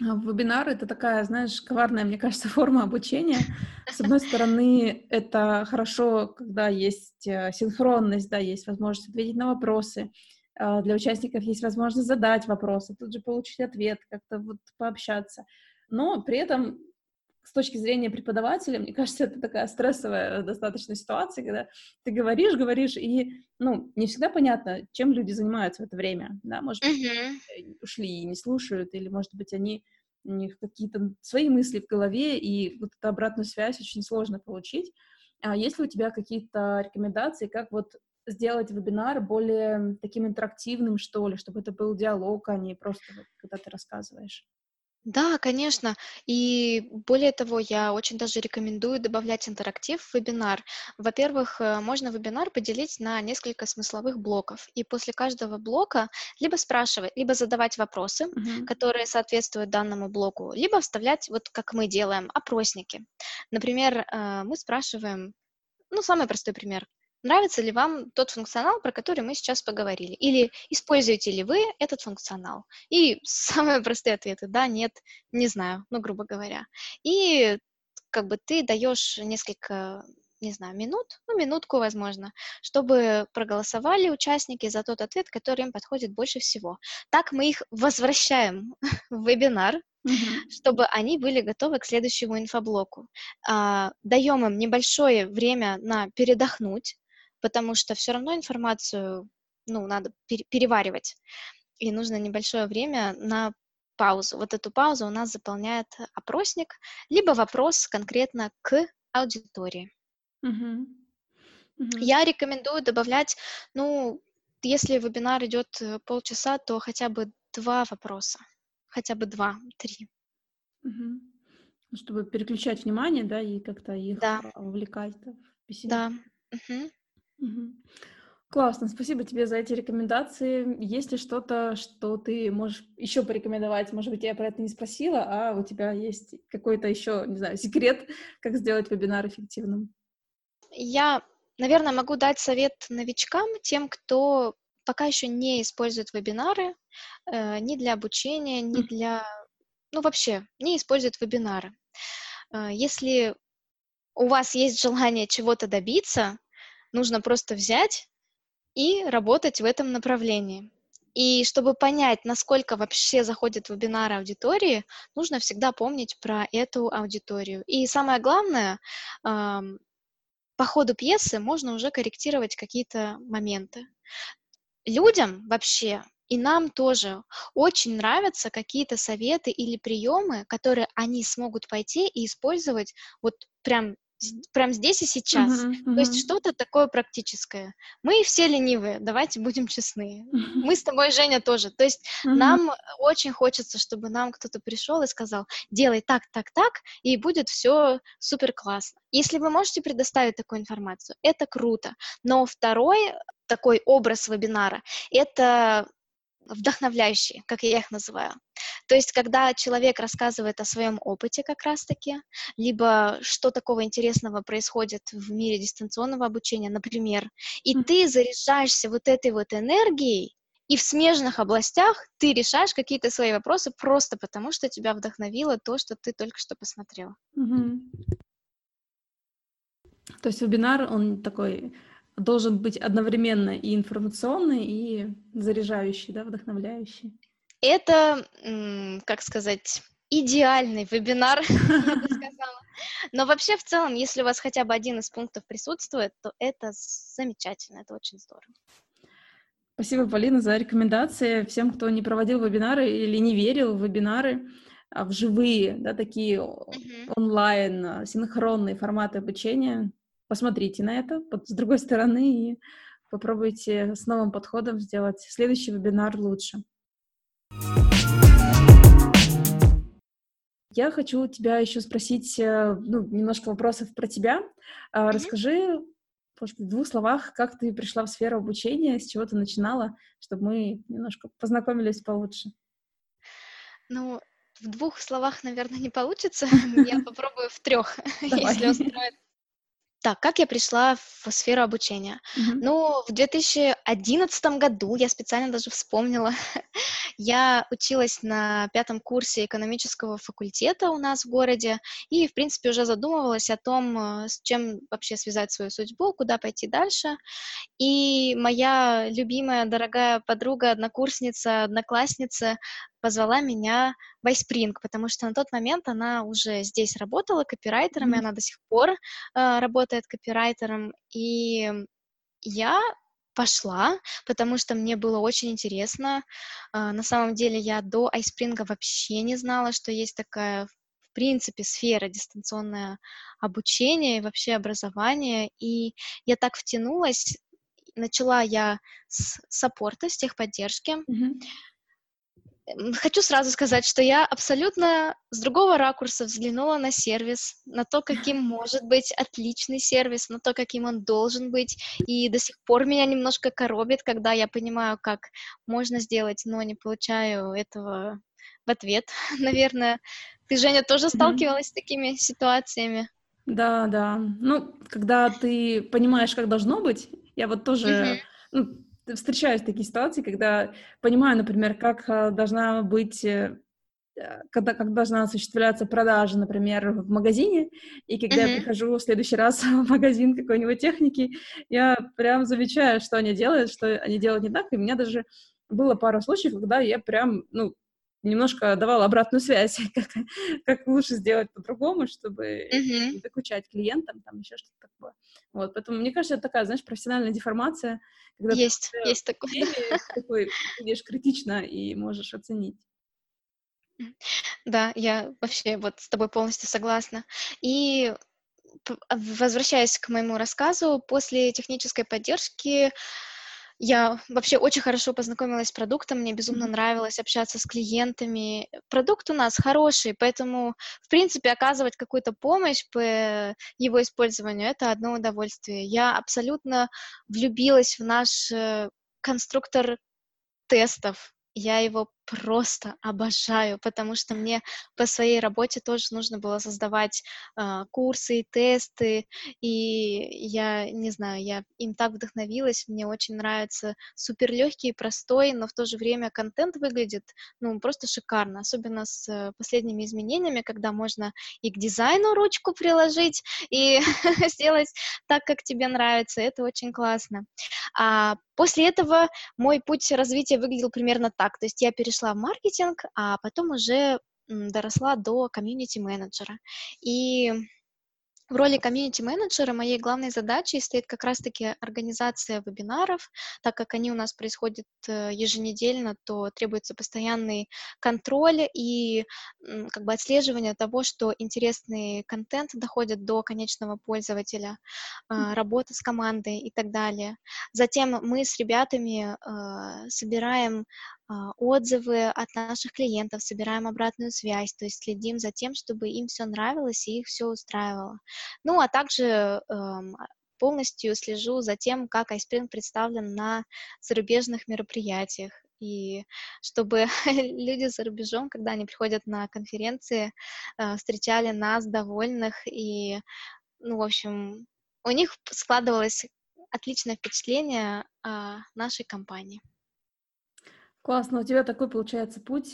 Вебинар — это такая, знаешь, коварная, мне кажется, форма обучения. С одной стороны, это хорошо, когда есть синхронность, да, есть возможность ответить на вопросы. Для участников есть возможность задать вопросы, тут же получить ответ, как-то вот пообщаться. Но при этом с точки зрения преподавателя, мне кажется, это такая стрессовая достаточно ситуация, когда ты говоришь, и, не всегда понятно, чем люди занимаются в это время, да, может быть, Мгм. ушли и не слушают, или, может быть, у них какие-то свои мысли в голове, и вот эту обратную связь очень сложно получить. А есть ли у тебя какие-то рекомендации, как вот сделать вебинар более таким интерактивным, что ли, чтобы это был диалог, а не просто вот, когда ты рассказываешь? Да, конечно. И более того, я очень даже рекомендую добавлять интерактив в вебинар. Во-первых, можно вебинар поделить на несколько смысловых блоков. И после каждого блока либо спрашивать, либо задавать вопросы, Мгм. которые соответствуют данному блоку, либо вставлять, вот как мы делаем, опросники. Например, мы спрашиваем, самый простой пример. Нравится ли вам тот функционал, про который мы сейчас поговорили? Или используете ли вы этот функционал? И самые простые ответы: да, нет, не знаю, грубо говоря. И как бы ты даешь несколько, не знаю, минут, минутку, возможно, чтобы проголосовали участники за тот ответ, который им подходит больше всего. Так мы их возвращаем в вебинар, Мгм. чтобы они были готовы к следующему инфоблоку. Даем им небольшое время на передохнуть, потому что все равно информацию, надо переваривать, и нужно небольшое время на паузу. Вот эту паузу у нас заполняет опросник, либо вопрос конкретно к аудитории. Мгм. Мгм. Я рекомендую добавлять, если вебинар идет полчаса, то хотя бы 2 вопроса, хотя бы 2-3. Мгм. Ну, чтобы переключать внимание, да, и как-то их Да, вовлекать, да, в беседу. да. Мгм. Мгм. Классно, спасибо тебе за эти рекомендации. Есть ли что-то, что ты можешь еще порекомендовать? Может быть, я про это не спросила, а у тебя есть какой-то еще, не знаю, секрет, как сделать вебинар эффективным? Я, наверное, могу дать совет новичкам, тем, кто пока еще не использует вебинары, ни для обучения, ни М. для, вообще не использует вебинары. Если у вас есть желание чего-то добиться, нужно просто взять и работать в этом направлении. И чтобы понять, насколько вообще заходят вебинары аудитории, нужно всегда помнить про эту аудиторию. И самое главное, по ходу пьесы можно уже корректировать какие-то моменты. Людям вообще, и нам тоже, очень нравятся какие-то советы или приемы, которые они смогут пойти и использовать вот прям здесь и сейчас. Мгм, То есть мгм. что-то такое практическое. Мы все ленивые, давайте будем честны. Мы с тобой, Женя, тоже. То есть Мгм. нам очень хочется, чтобы нам кто-то пришел и сказал: делай так, так, так, и будет все супер классно. Если вы можете предоставить такую информацию, это круто. Но второй такой образ вебинара — это вдохновляющие, как я их называю. То есть, когда человек рассказывает о своем опыте как раз-таки, либо что такого интересного происходит в мире дистанционного обучения, например, и М. ты заряжаешься вот этой вот энергией, и в смежных областях ты решаешь какие-то свои вопросы просто потому, что тебя вдохновило то, что ты только что посмотрела. Мгм. То есть вебинар, он такой должен быть одновременно и информационный, и заряжающий, да, вдохновляющий. Это, как сказать, идеальный вебинар, я бы сказала. Но вообще, в целом, если у вас хотя бы один из пунктов присутствует, то это замечательно, это очень здорово. Спасибо, Полина, за рекомендации. Всем, кто не проводил вебинары или не верил в вебинары, в живые, да, такие Мгм. онлайн, синхронные форматы обучения, посмотрите на это с другой стороны и попробуйте с новым подходом сделать следующий вебинар лучше. Я хочу тебя еще спросить, немножко вопросов про тебя. Мгм. Расскажи, может быть, в 2 словах, как ты пришла в сферу обучения, с чего ты начинала, чтобы мы немножко познакомились получше. Ну, в 2 словах, наверное, не получится. Я попробую в 3, Давай. если устроит. Так, как я пришла в сферу обучения? Мгм. Ну, в 2011 году, я специально даже вспомнила, я училась на 5 курсе экономического факультета у нас в городе и, в принципе, уже задумывалась о том, с чем вообще связать свою судьбу, куда пойти дальше. И моя любимая, дорогая подруга, однокурсница, одноклассница позвала меня в iSpring, потому что на тот момент она уже здесь работала копирайтером, и Мгм. она до сих пор работает копирайтером. И я пошла, потому что мне было очень интересно. На самом деле я до iSpring вообще не знала, что есть такая, в принципе, сфера дистанционное обучение и вообще образование. И я так втянулась. Начала я с саппорта, с техподдержки. Мгм. Хочу сразу сказать, что я абсолютно с другого ракурса взглянула на сервис, на то, каким может быть отличный сервис, на то, каким он должен быть. И до сих пор меня немножко коробит, когда я понимаю, как можно сделать, но не получаю этого в ответ, наверное. Ты, Женя, тоже Мгм. сталкивалась с такими ситуациями? Да, да. Ну, когда ты понимаешь, как должно быть, я вот Мгм, тоже, ну, встречаюсь в такие ситуации, когда понимаю, например, как должна быть, когда как должна осуществляться продажа, например, в магазине, и когда я мгм. прихожу в следующий раз в магазин какой-нибудь техники, я прям замечаю, что они делают, что они делают не так, и у меня даже было пару случаев, когда я прям, ну, немножко давала обратную связь, как лучше сделать по-другому, чтобы Мгм. не докучать клиентам, там еще что-то такое. Вот, поэтому мне кажется, это такая, знаешь, профессиональная деформация, когда ты уже Есть в такое, да. теме такой видишь критично и можешь оценить. Да, я вообще вот с тобой полностью согласна. И возвращаясь к моему рассказу, после технической поддержки я вообще очень хорошо познакомилась с продуктом, мне безумно Мгм. нравилось общаться с клиентами. Продукт у нас хороший, поэтому, в принципе, оказывать какую-то помощь по его использованию — это одно удовольствие. Я абсолютно влюбилась в наш конструктор тестов. Я его просто обожаю, потому что мне по своей работе тоже нужно было создавать курсы и тесты, и я не знаю, я им так вдохновилась, мне очень нравится супер легкий и простой, но в то же время контент выглядит, ну, просто шикарно, особенно с последними изменениями, когда можно и к дизайну ручку приложить, и сделать так, как тебе нравится, это очень классно. А после этого мой путь развития выглядел примерно так. То есть я перешла в маркетинг, а потом уже доросла до комьюнити-менеджера. И в роли комьюнити-менеджера моей главной задачей стоит как раз-таки организация вебинаров. Так как они у нас происходят еженедельно, то требуется постоянный контроль и как бы отслеживание того, что интересный контент доходит до конечного пользователя, работа с командой и так далее. Затем мы с ребятами собираем отзывы от наших клиентов, собираем обратную связь, то есть следим за тем, чтобы им все нравилось и их все устраивало. Ну, а также полностью слежу за тем, как iSpring представлен на зарубежных мероприятиях. И чтобы люди за рубежом, когда они приходят на конференции, встречали нас довольных. И, ну, в общем, у них складывалось отличное впечатление о нашей компании. Классно, у тебя такой получается путь,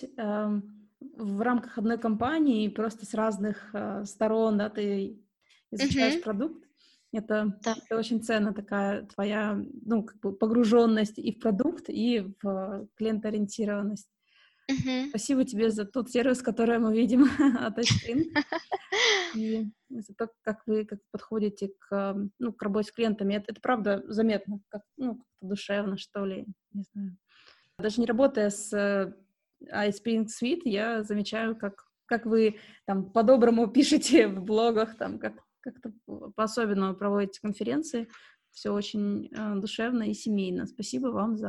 в рамках одной компании, и просто с разных, сторон, да, ты изучаешь Мгм. продукт. Да. Это очень ценно, такая твоя, ну, как бы погруженность и в продукт, и в клиентоориентированность. Мгм. Спасибо тебе за тот сервис, который мы видим от iSpring, и за то, как вы как подходите к, ну, к работе с клиентами. Это правда заметно, как, ну, как-то душевно, что ли, не знаю. Даже не работая с iSpring Suite, я замечаю, как вы там по-доброму пишете в блогах, там как-то по-особенному проводите конференции. Все очень душевно и семейно. Спасибо вам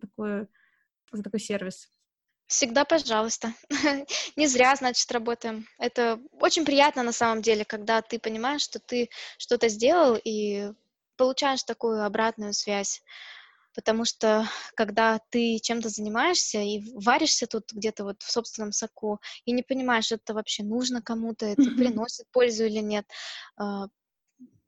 за такой сервис. Всегда пожалуйста. Не зря, значит, работаем. Это очень приятно на самом деле, когда ты понимаешь, что ты что-то сделал и получаешь такую обратную связь. Потому что когда ты чем-то занимаешься и варишься тут где-то вот в собственном соку и не понимаешь, это вообще нужно кому-то, это Мгм. приносит пользу или нет,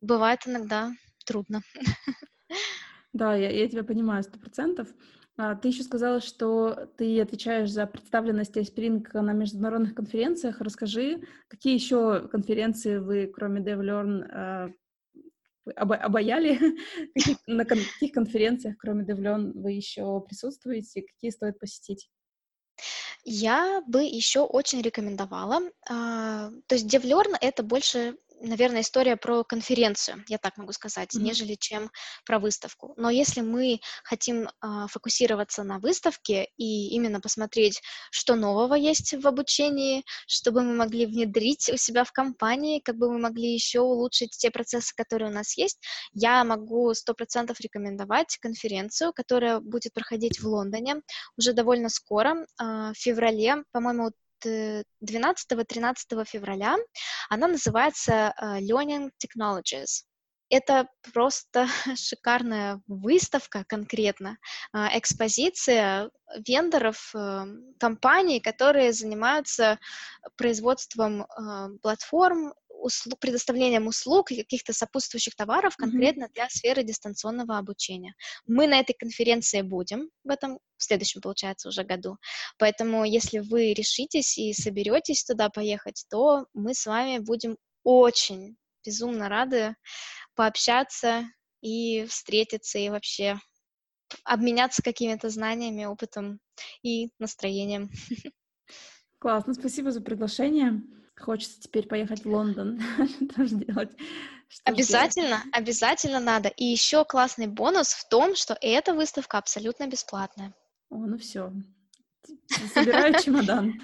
бывает иногда трудно. Да, я тебя понимаю 100%. Ты еще сказала, что ты отвечаешь за представленность iSpring на международных конференциях. Расскажи, какие еще конференции вы, кроме DevLearn, обаяли? На каких конференциях, кроме DevLearn, вы еще присутствуете? Какие стоит посетить? Я бы еще очень рекомендовала. То есть DevLearn — это больше, наверное, история про конференцию, я так могу сказать, Мгм. нежели чем про выставку. Но если мы хотим фокусироваться на выставке и именно посмотреть, что нового есть в обучении, чтобы мы могли внедрить у себя в компании, как бы мы могли еще улучшить те процессы, которые у нас есть, я могу 100% рекомендовать конференцию, которая будет проходить в Лондоне уже довольно скоро, в феврале, по-моему, 12-13 февраля. Она называется Learning Technologies. Это просто шикарная выставка конкретно, экспозиция вендоров, компаний, которые занимаются производством платформ, предоставлением услуг и каких-то сопутствующих товаров конкретно для сферы дистанционного обучения. Мы на этой конференции будем в следующем, получается, уже году. Поэтому, если вы решитесь и соберетесь туда поехать, то мы с вами будем очень безумно рады пообщаться и встретиться, и вообще обменяться какими-то знаниями, опытом и настроением. Классно, спасибо за приглашение. Хочется теперь поехать в Лондон. Тоже делать. Что ж делать? Обязательно надо. И еще классный бонус в том, что эта выставка абсолютно бесплатная. Ну все. Собираю чемодан.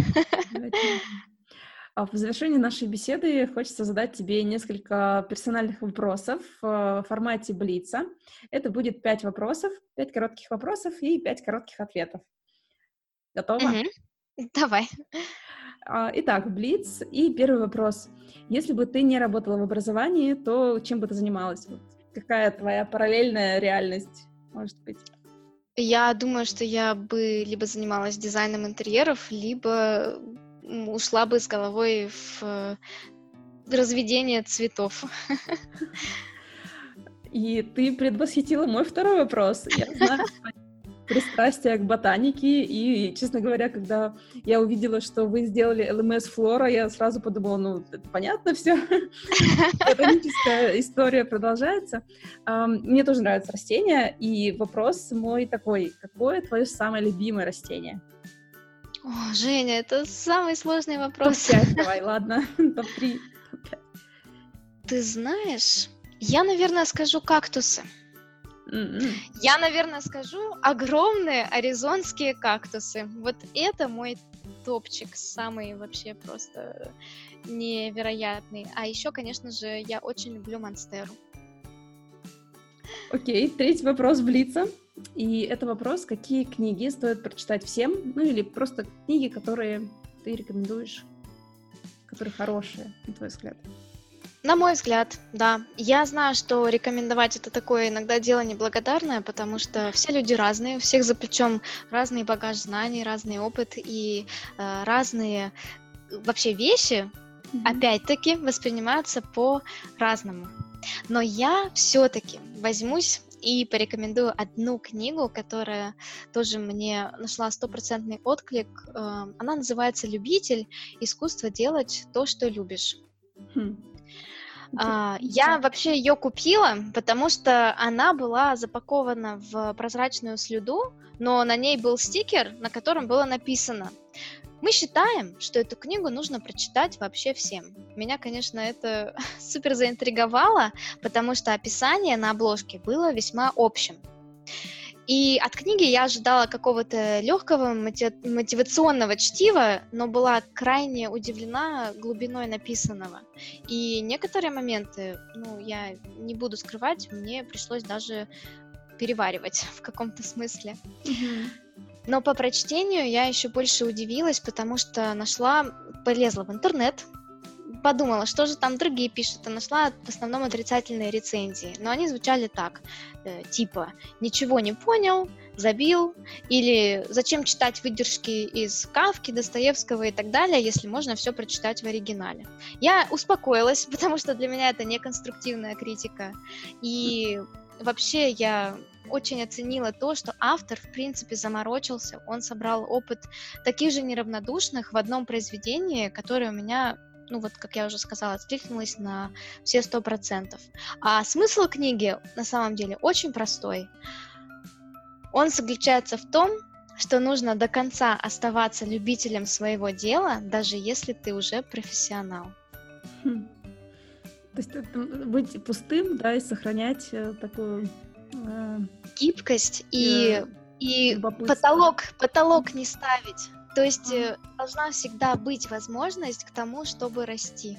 В завершении нашей беседы хочется задать тебе несколько персональных вопросов в формате блица. Это будет 5 вопросов, 5 коротких вопросов и 5 коротких ответов. Готова? Давай. Итак, блиц. И первый вопрос. Если бы ты не работала в образовании, то чем бы ты занималась? Какая твоя параллельная реальность, может быть? Я думаю, что я бы либо занималась дизайном интерьеров, либо ушла бы с головой в разведение цветов. И ты предвосхитила мой второй вопрос. Я знаю пристрастие к ботанике, и, честно говоря, когда я увидела, что вы сделали LMS Flora, я сразу подумала, это понятно все, ботаническая история продолжается. Мне тоже нравятся растения, и вопрос мой такой, какое твое самое любимое растение? О, Женя, это самый сложный вопрос. Топ-5 давай, ладно, топ-3. Ты знаешь, я, наверное, скажу кактусы. Я, наверное, скажу огромные аризонские кактусы. Вот это мой топчик, самый вообще просто невероятный. А еще, конечно же, я очень люблю монстеру. Окей, третий вопрос блица. И это вопрос, какие книги стоит прочитать всем, или просто книги, которые ты рекомендуешь, которые хорошие, на твой взгляд. На мой взгляд, да. Я знаю, что рекомендовать это такое иногда дело неблагодарное, потому что все люди разные, у всех за плечом разный багаж знаний, разный опыт и разные вообще вещи, опять-таки, воспринимаются по-разному. Но я все-таки возьмусь и порекомендую одну книгу, которая тоже мне нашла 100% отклик. Она называется «Любитель. Искусство делать то, что любишь». Я вообще ее купила, потому что она была запакована в прозрачную слюду, но на ней был стикер, на котором было написано: мы считаем, что эту книгу нужно прочитать вообще всем. Меня, конечно, это супер заинтриговало, потому что описание на обложке было весьма общим. И от книги я ожидала какого-то легкого мотивационного чтива, но была крайне удивлена глубиной написанного. И некоторые моменты, я не буду скрывать, мне пришлось даже переваривать в каком-то смысле. Но по прочтению я еще больше удивилась, потому что полезла в интернет, подумала, что же там другие пишут, и нашла в основном отрицательные рецензии. Но они звучали так, типа: ничего не понял, забил, или зачем читать выдержки из Кафки, Достоевского и так далее, если можно все прочитать в оригинале. Я успокоилась, потому что для меня это не конструктивная критика, и вообще я очень оценила то, что автор, в принципе, заморочился, он собрал опыт таких же неравнодушных в одном произведении, которое у меня, ну вот, как я уже сказала, откликнулось на все 100%. А смысл книги, на самом деле, очень простой. Он заключается в том, что нужно до конца оставаться любителем своего дела, даже если ты уже профессионал. То есть быть пустым, да, и сохранять такую... гибкость и потолок не ставить. То есть должна всегда быть возможность к тому, чтобы расти.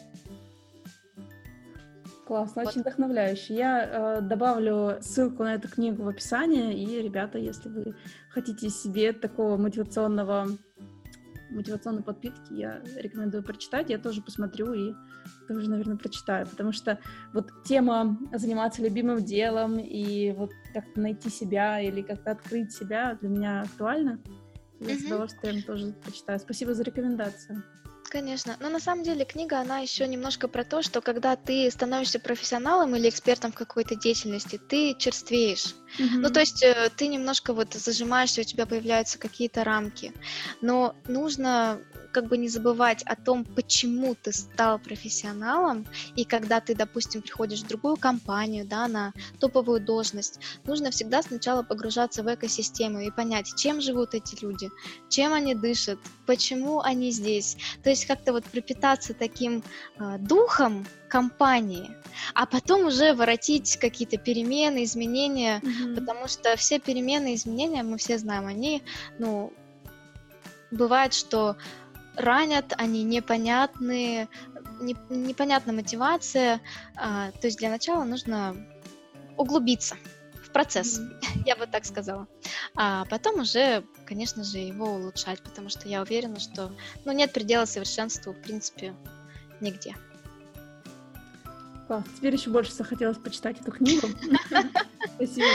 Классно, очень вдохновляюще. Я добавлю ссылку на эту книгу в описании, и, ребята, если вы хотите себе такого мотивационной подпитки, я рекомендую прочитать. Я тоже посмотрю и тоже, наверное, прочитаю, потому что вот тема заниматься любимым делом и вот как-то найти себя или как-то открыть себя для меня актуальна. Я с удовольствием тоже прочитаю. Спасибо за рекомендацию. Конечно. Но на самом деле книга, она еще немножко про то, что когда ты становишься профессионалом или экспертом в какой-то деятельности, ты черствеешь. Ну, то есть ты немножко вот зажимаешься, у тебя появляются какие-то рамки. Но нужно как бы не забывать о том, почему ты стал профессионалом, и когда ты, допустим, приходишь в другую компанию, да, на топовую должность, нужно всегда сначала погружаться в экосистему и понять, чем живут эти люди, чем они дышат, почему они здесь. То есть как-то вот пропитаться таким духом компании, а потом уже воротить какие-то перемены, изменения, потому что все перемены, изменения, мы все знаем, они, ну, бывает, что ранят, они непонятны, непонятна мотивация, то есть для начала нужно углубиться в процесс, я бы так сказала, а потом уже, конечно же, его улучшать, потому что я уверена, что, ну, нет предела совершенству, в принципе, нигде. Класс. Теперь еще больше захотелось почитать эту книгу. Спасибо.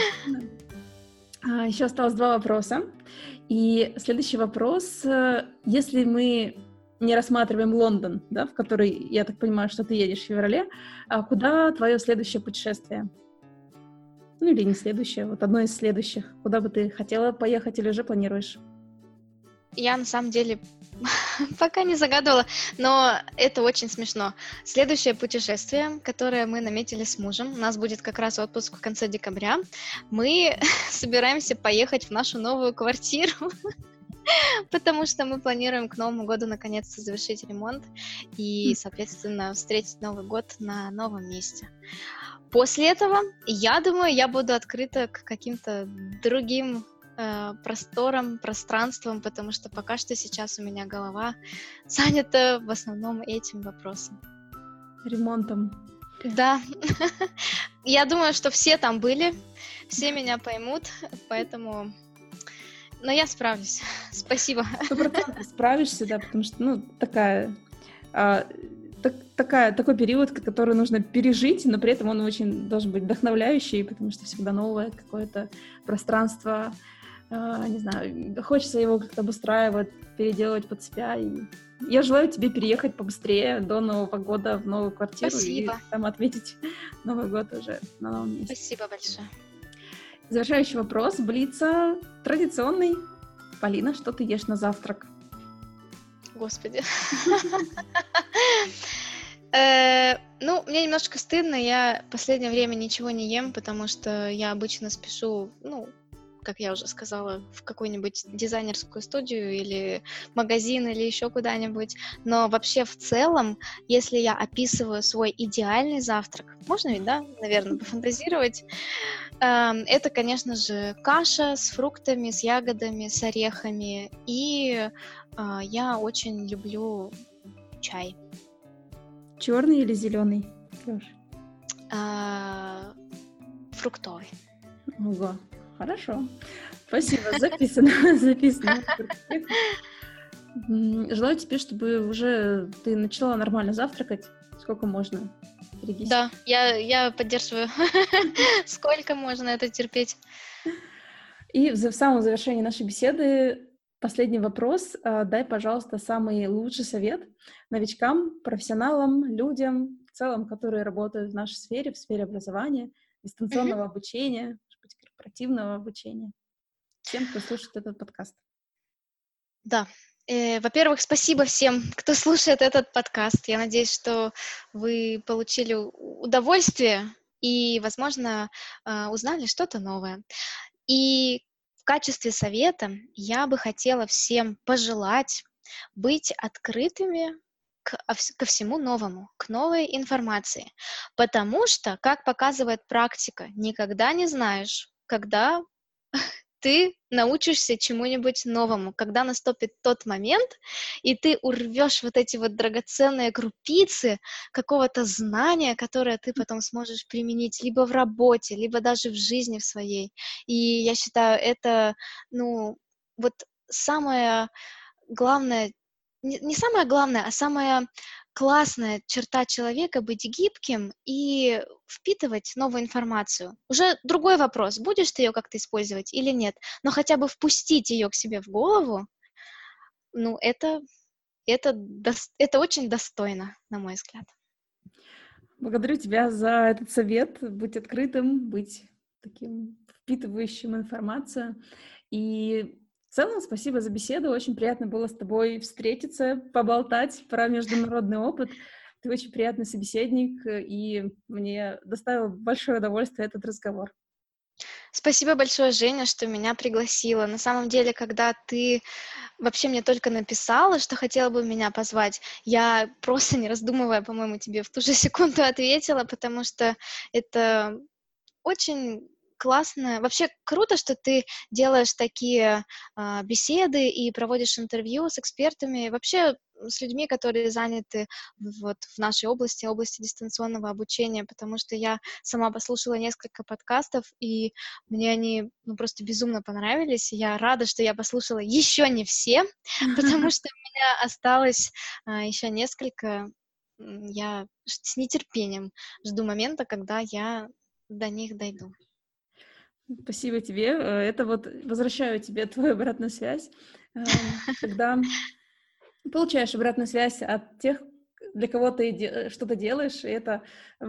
Еще осталось 2 вопроса. И следующий вопрос. Если мы не рассматриваем Лондон, да, в который, я так понимаю, что ты едешь в феврале, куда твое следующее путешествие? Ну или не следующее, вот одно из следующих. Куда бы ты хотела поехать или уже планируешь? Я на самом деле пока не загадывала, но это очень смешно. Следующее путешествие, которое мы наметили с мужем, у нас будет как раз отпуск в конце декабря, мы собираемся поехать в нашу новую квартиру, потому что мы планируем к Новому году наконец-то завершить ремонт и, соответственно, встретить Новый год на новом месте. После этого, я думаю, я буду открыта к каким-то другим просторам, пространствам, потому что пока что сейчас у меня голова занята в основном этим вопросом. Ремонтом. Да. Я думаю, что все там были, все меня поймут, поэтому... Но я справлюсь. Спасибо. 100% справишься, да, потому что, ну, такой период, который нужно пережить, но при этом он очень должен быть вдохновляющий, потому что всегда новое какое-то пространство, не знаю, хочется его как-то обустраивать, переделывать под себя. И я желаю тебе переехать побыстрее до Нового года в новую квартиру. Спасибо. И там отметить Новый год уже на новом месте. Спасибо большое. Завершающий вопрос. Блица традиционный. Полина, что ты ешь на завтрак? Господи. Ну, мне немножко стыдно, я в последнее время ничего не ем, потому что я обычно спешу, ну, как я уже сказала, в какую-нибудь дизайнерскую студию или магазин или еще куда-нибудь. Но вообще в целом, если я описываю свой идеальный завтрак, можно ведь, да, наверное, пофантазировать, это, конечно же, каша с фруктами, с ягодами, с орехами. И я очень люблю чай. Черный или зеленый? Фруктовый. Ого. Хорошо. Спасибо. Записано. Желаю тебе, чтобы уже ты начала нормально завтракать. Сколько можно? Берегись. Да, я поддерживаю. Сколько можно это терпеть? И в самом завершении нашей беседы последний вопрос. Дай, пожалуйста, самый лучший совет новичкам, профессионалам, людям в целом, которые работают в нашей сфере, в сфере образования, дистанционного обучения, может быть, корпоративного обучения. Всем, кто слушает этот подкаст. Да. Во-первых, спасибо всем, кто слушает этот подкаст. Я надеюсь, что вы получили удовольствие и, возможно, узнали что-то новое. И в качестве совета я бы хотела всем пожелать быть открытыми ко всему новому, к новой информации. Потому что, как показывает практика, никогда не знаешь, когда ты научишься чему-нибудь новому, когда наступит тот момент, и ты урвешь вот эти вот драгоценные крупицы какого-то знания, которое ты потом сможешь применить либо в работе, либо даже в жизни в своей. И я считаю, это, вот самое главное, не самое главное, а самая классная черта человека — быть гибким и впитывать новую информацию. Уже другой вопрос, будешь ты ее как-то использовать или нет, но хотя бы впустить ее к себе в голову, это очень достойно, на мой взгляд. Благодарю тебя за этот совет. Быть открытым, быть таким впитывающим информацию. И в целом спасибо за беседу. Очень приятно было с тобой встретиться, поболтать про международный опыт. Ты очень приятный собеседник, и мне доставил большое удовольствие этот разговор. Спасибо большое, Женя, что меня пригласила. На самом деле, когда ты вообще мне только написала, что хотела бы меня позвать, я просто, не раздумывая, по-моему, тебе в ту же секунду ответила, потому что это очень классно. Вообще круто, что ты делаешь такие беседы и проводишь интервью с экспертами, вообще с людьми, которые заняты вот в нашей области дистанционного обучения, потому что я сама послушала несколько подкастов, и мне они просто безумно понравились. Я рада, что я послушала еще не все, потому что у меня осталось еще несколько. Я с нетерпением жду момента, когда я до них дойду. Спасибо тебе. Это вот возвращаю тебе твою обратную связь. Когда получаешь обратную связь от тех, для кого ты что-то делаешь, и это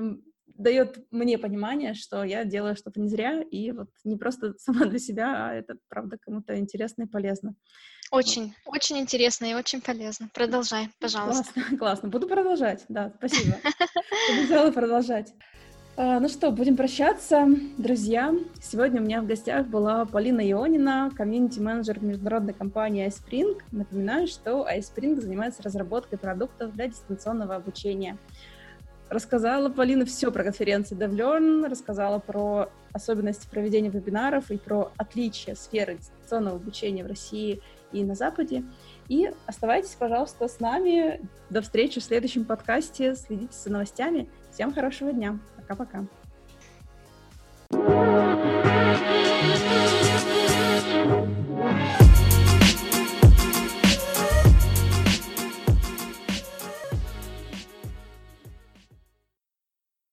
дает мне понимание, что я делаю что-то не зря, и вот не просто сама для себя, а это, правда, кому-то интересно и полезно. Очень, очень интересно и очень полезно. Продолжай, пожалуйста. Классно, классно. Буду продолжать, да, спасибо. Буду делать продолжать. Ну что, будем прощаться, друзья. Сегодня у меня в гостях была Полина Ионина, комьюнити-менеджер международной компании iSpring. Напоминаю, что iSpring занимается разработкой продуктов для дистанционного обучения. Рассказала Полина все про конференцию DevLearn, рассказала про особенности проведения вебинаров и про отличия сферы дистанционного обучения в России и на Западе. И оставайтесь, пожалуйста, с нами. До встречи в следующем подкасте. Следите за новостями. Всем хорошего дня. Пока-пока.